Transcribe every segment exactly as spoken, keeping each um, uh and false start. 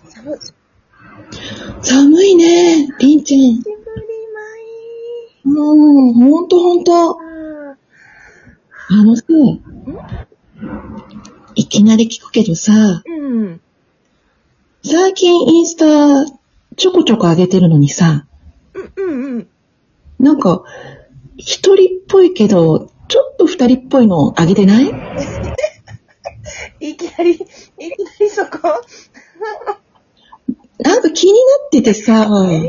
寒い。 寒いね、りんちゃん。 久しぶりまい。 うん、ほんとほんと。あのさ、いきなり聞くけどさ、 うん。 最近インスタちょこちょこ上げてるのにさ、 うんうんうん。 なんか、一人っぽいけど、ちょっと二人っぽいの上げてない？ いきなり、いきなりそこなんか気になっててさ、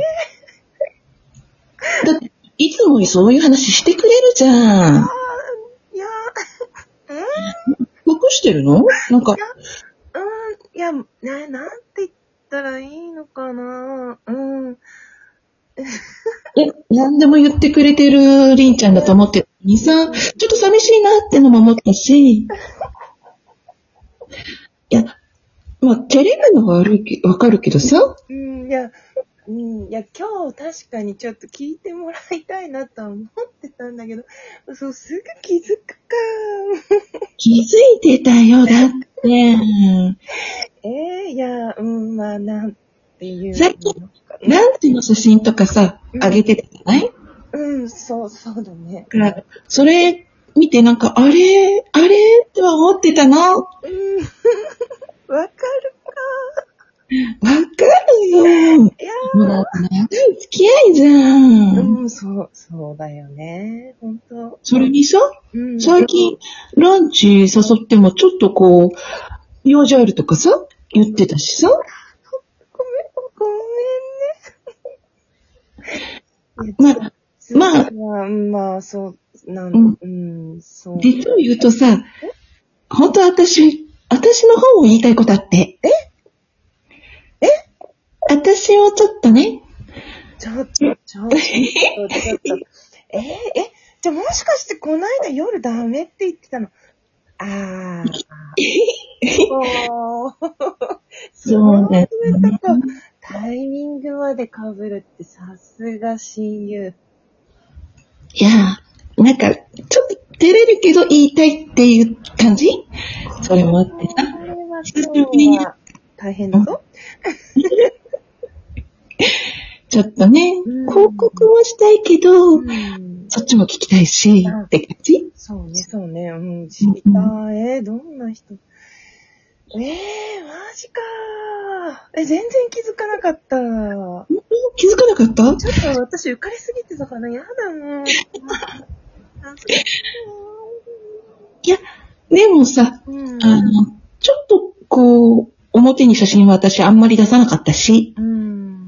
だっていつもそういう話してくれるじゃん。 あーいやー、うん隠してるの？なんか、 いや、うん、いや、な、なんて言ったらいいのかな。うん。 え、何でも言ってくれてるりんちゃんだと思ってたのにさ、ちょっと寂しいなってのも思ったし、いや、まあ、照れるのは悪いけ、わかるけどさ、 うん、いや、うん、いや、今日確かにちょっと聞いてもらいたいなとは思ってたんだけど、そう、すぐ気づくか。 気づいてたよ、だって。 えー、いや、うん、まあ、なんていう最近、 のかランチの写真とかさ、あげてたじゃない？ うん、そう、そうだね。 だからそれ見てなんか、あれ、あれっては思ってたの。わかうん、わかる。 るよ。 いやもう長い付き合いじゃん。 うん、そう、そうだよね。ほんと。 それにさ、 うん。 最近、ランチ誘ってもちょっとこう、用事あるとかさ、言ってたしさ。 ごめん、ごめんね。 まあ、まあ、 まあ、まあ、そう、なん、 うん、 うん、そう。 実を言うとさ、本当は私、私の方を言いたいことあって。 ええ私をちょっとね。 ちょっと、ちょっと、ちょっと、ちょっと。えー、え、じゃあもしかしてこの間夜ダメって言ってたの？あー。おー。 そうだよね。 タイミングまで被るってさすが親友。 いやー、なんか、ちょっと照れるけど言いたいっていう感じ？それもあってさ。 これは今日は大変だぞ。 ちょっとね、 うん広告もしたいけど、 うん、 そっちも聞きたいし、って感じ？ そうね、そうね。うん、知りたい。えー、どんな人？えー、マジかー。え、全然気づかなかった。 気づかなかった？ ちょっと私浮かれすぎてたかな。やだもん。 いや、でもさ、 うん、 あの、ちょっと、こう、表に写真は私あんまり出さなかったし。 うん。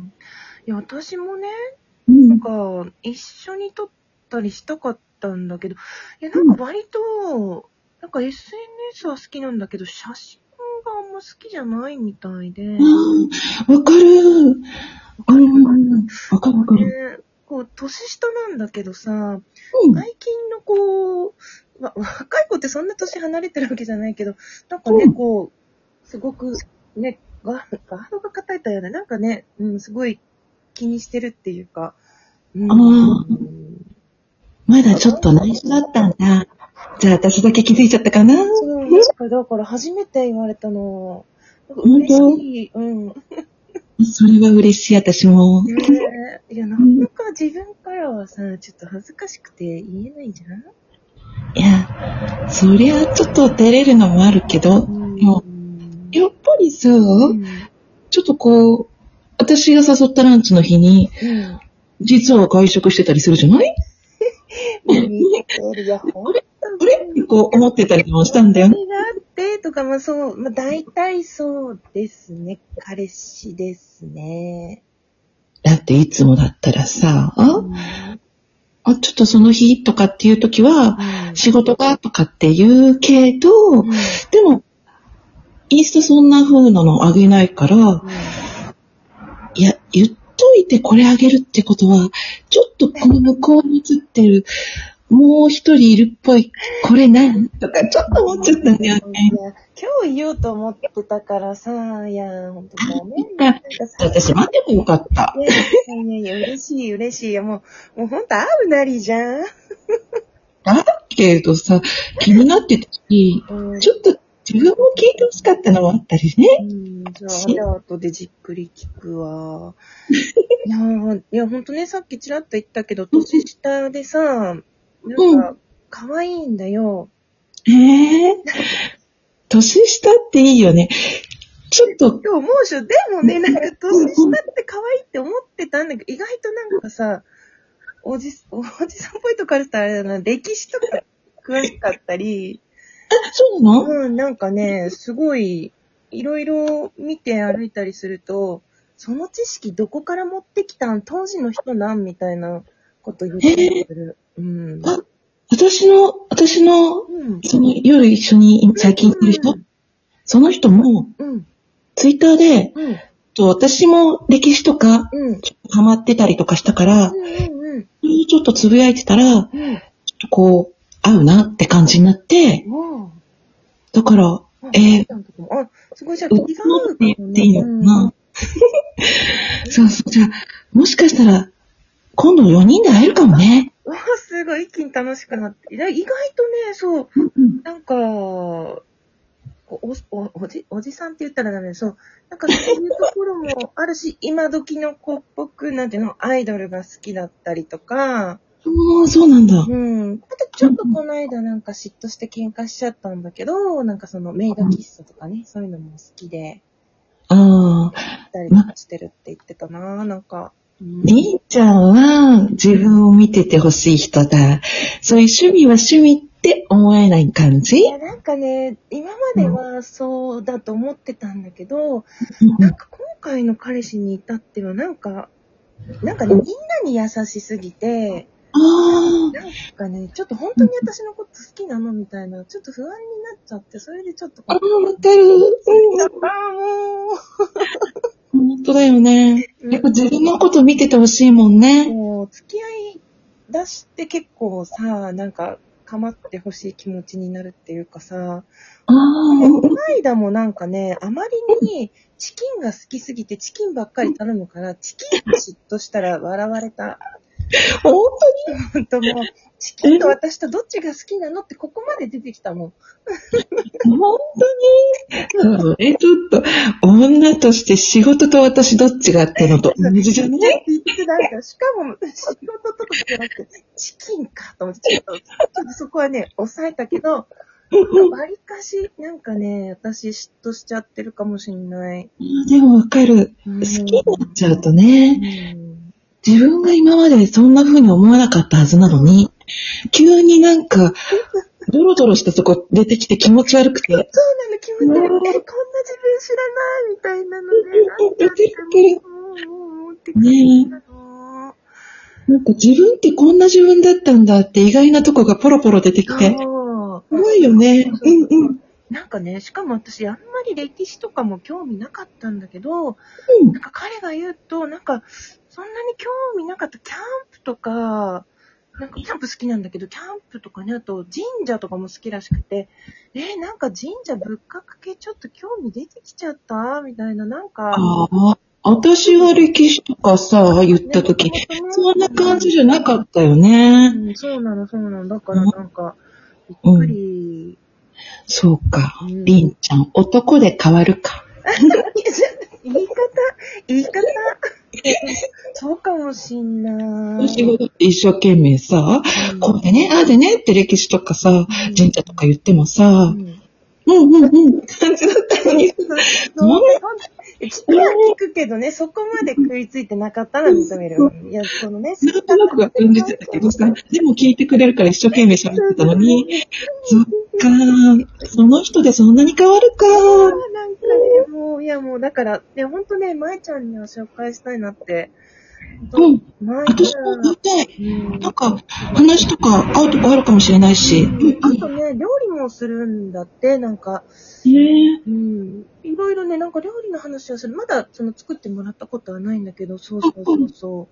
いや、私もね、 うん、 なんか、一緒に撮ったりしたかったんだけど、いや、なんか割と、なんか エスエヌエス は好きなんだけど、写真があんま好きじゃないみたいで。 ああ、わかる。わかる。わかるわかる。 ね、こう、年下なんだけどさ、 うん、 最近のこう、わ若い子ってそんな年離れてるわけじゃないけど、なんかね、 うん、 こう、すごく、ね、ガガードが硬いとやだ。なんかね、うん、すごい気にしてるっていうか、うん。 ああ、まだちょっと内緒だったんだ。じゃあ私だけ気づいちゃったかな？ そう、なんかだから初めて言われたの。なんか嬉しい。うん。 それは嬉しい、私も。 ねえ。いや、なかなか自分からはさ、ちょっと恥ずかしくて言えないじゃん？ いや、そりゃちょっと照れるのもあるけど、 うん。 でもやっぱりさ、 うんちょっとこう、私が誘ったランチの日に、 うん。 実は外食してたりするじゃない？ 見てるよ、ほんとあれってこう思ってたりもしたんだよね。 にがあってとか、まあそう、まあ大体そうですね。彼氏ですね。 だっていつもだったらさ、 うんあ、ちょっとその日とかっていう時は、 うん仕事がとかって言うけど、 うんでも、インスタそんな風なのあげないから、 うんいや、言っといてこれあげるってことは、ちょっとこの向こうに映ってる、もう一人いるっぽい、これ何とかちょっと思っちゃったんだよね。 いや、今日言おうと思ってたからさ、いや、ほんとごめんね。 あ、私待てばよかった。 いやいやいや、嬉しい嬉しい。いや、もう、もうほんと会うなりじゃん。 だけどさ、気になってたし、 うん、 ちょっと自分も聞いてほしかったのもあったりね。 うん、じゃあ、じゃあ、後でじっくり聞くわ。いやー、いや、ほんとね、さっきちらっと言ったけど、年下でさ、なんか、可愛いんだよ。 ええー、年下っていいよね。ちょっと。 今日思うでしょ。でもね、なんか、年下って可愛いって思ってたんだけど、意外となんかさ、おじ、おじさんっぽいとこからしたらあれだな、歴史とか詳しかったり、 そうなの？ うん、なんかね、すごい、いろいろ見て歩いたりすると、その知識どこから持ってきたん？当時の人なんみたいなこと言ってくる。うん。 あ、私の、私の、 うん、 その夜一緒に最近いる人、 うん、 その人も、 うん、 ツイッターで、 うん、 と私も歴史とか、 うん、 ハマってたりとかしたから、 うん、うん、 ちょっとつぶやいてたら、ちょっうん、 とこう、合うなって感じになって、 うん。 だから、えー、 あ、すごいじゃあう気が合うかって言もね。 っていいのかな、 うん。 そうそう、じゃあ、もしかしたら、今度よにんで会えるかもね。 わあ、すごい一気に楽しくなって。いや意外とね、そう、なんか、お、お、おじ、おじさんって言ったらダメだ。そう。なんかそういうところもあるし、今時の子っぽく、なんていうの、アイドルが好きだったりとか、 ああ、そうなんだ。 うん。あとちょっとこの間なんか嫉妬して喧嘩しちゃったんだけど、なんかそのメイド喫茶とかね、そういうのも好きで、 ああ、 行ったりとかしてるって言ってたな、なんか。うん、 りんちゃんは自分を見ててほしい人だ。そういう趣味は趣味って思えない感じ？ いや、なんかね、今まではそうだと思ってたんだけど、 うんなんか今回の彼氏に至っては、なんか、なんかね、みんなに優しすぎて、 ああ、 なんかね、ちょっと本当に私のこと好きなのみたいな、ちょっと不安になっちゃって、それでちょっと、 ああ、わかる。 やったーも本当だよね。 う。 やっぱ自分のこと見ててほしいもんね。 もう、付き合い出して結構さ、なんか、構ってほしい気持ちになるっていうかさ、 ああ、 ね、 うんうん、 この間もなんかね、あまりにチキンが好きすぎてチキンばっかり頼むから、チキンに嫉妬したら笑われた。 本本当もう、チキンと私とどっちが好きなのってここまで出てきたもん。 当に本当に、うん、え、ちょっと、女として仕事と私どっちがってのと同じじゃない言ってなんか、しかも仕事とかじゃなくて、チキンかと思って、ちょっと、ちょっとそこはね、抑えたけど、わりかし、なんかね、私嫉妬しちゃってるかもしんない。 でもわかる。 うん、 好きになっちゃうとね、 うん、 自分が今までそんな風に思わなかったはずなのに、急になんか、ドロドロしたとこ出てきて気持ち悪くて。 そうなの、気持ち悪い。え、こんな自分知らないみたいなので、なっちゃってもう、って感じなの。 なんか自分ってこんな自分だったんだって意外なとこがポロポロ出てきて。 そう。 怖いよね。うんうん。 なんかね、しかも私、あんまり歴史とかも興味なかったんだけど、 うんなんか彼が言うと、なんか、そんなに興味なかったキャンプとか、なんかキャンプ好きなんだけど、キャンプとかね、あと神社とかも好きらしくて、えー、なんか神社仏閣系ちょっと興味出てきちゃったみたいな、なんか。 ああ、私は歴史とかさ、言ったとき、 ね、 そんな感じじゃなかったよね。 うん、そうなの、そうなの。だからなんか、びっくり。 うん、そうか。 うん、 りんちゃん、男で変わるか。 言い方、言い方。そうかもしんない。 仕事って一生懸命さ、うん、こうでね、ああでねって歴史とかさ、うん、神社とか言ってもさ、うん、うんうんうん感じだったのに。ちょっと聞くけどね、そこまで食いついてなかったら認める。いや、そのね、 なんとなくは感じてたけどさ、でも聞いてくれるから一生懸命喋ってたのに、そっかー、その人でそんなに変わるかー。 なんかね、もう、いやもう、だから、ね、ほんとね、まえちゃんには紹介したいなって。 うん。私も言いたい。うん、なんか、話とか会うとこあるかもしれないし。 うん、あとね、料理もするんだって、なんか。 ねうん。いろいろね、なんか料理の話をする。まだ、その、作ってもらったことはないんだけど、そうそうそうそう。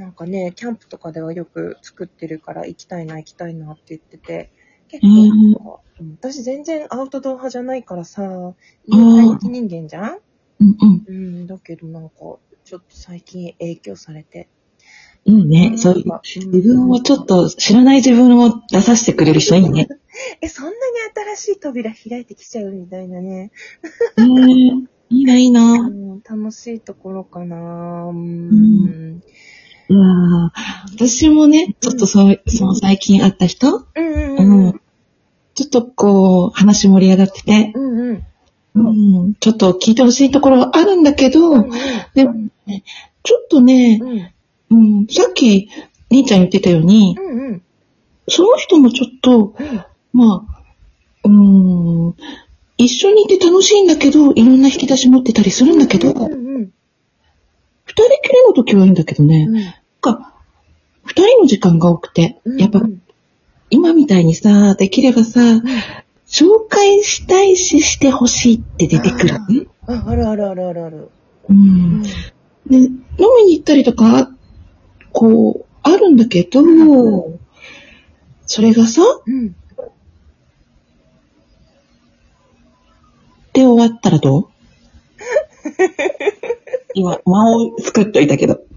なんかね、キャンプとかではよく作ってるから、行きたいな、行きたいなって言ってて。結構なんか、うん、私全然アウトドア派じゃないからさ、家大好き人間じゃん？ うんうん。 うん、だけどなんか、ちょっと最近影響されて。 いいね。そういう、自分をちょっと知らない自分を出させてくれる人いいね。 え、そんなに新しい扉開いてきちゃうみたいなね。 えー、いいな、いいな。 うん、楽しいところかな。うん。 うんいやー私もね、ちょっとそう、その最近会った人、 うんうんううん。 ん、ちょっとこう、話盛り上がってて、 うんうん。 うん、ちょっと聞いてほしいところはあるんだけど、 うんでもね、ちょっとね、 うん。 うん、さっき、兄ちゃん言ってたように、 うんうん。 その人もちょっと、 うんまあ、うん、一緒にいて楽しいんだけど、いろんな引き出し持ってたりするんだけど、 うんうん二人きりの時はいいんだけどね、 うん。 なんか、二人の時間が多くて、 うんやっぱ、今みたいにさ、できればさ、紹介したいししてほしいって出てくる。 あ、あるあるあるあるある。 う。 うんん。 で、飲みに行ったりとか、こう、あるんだけど、それがさ、 うん。 で終わったらどう今、間を作っといたけど。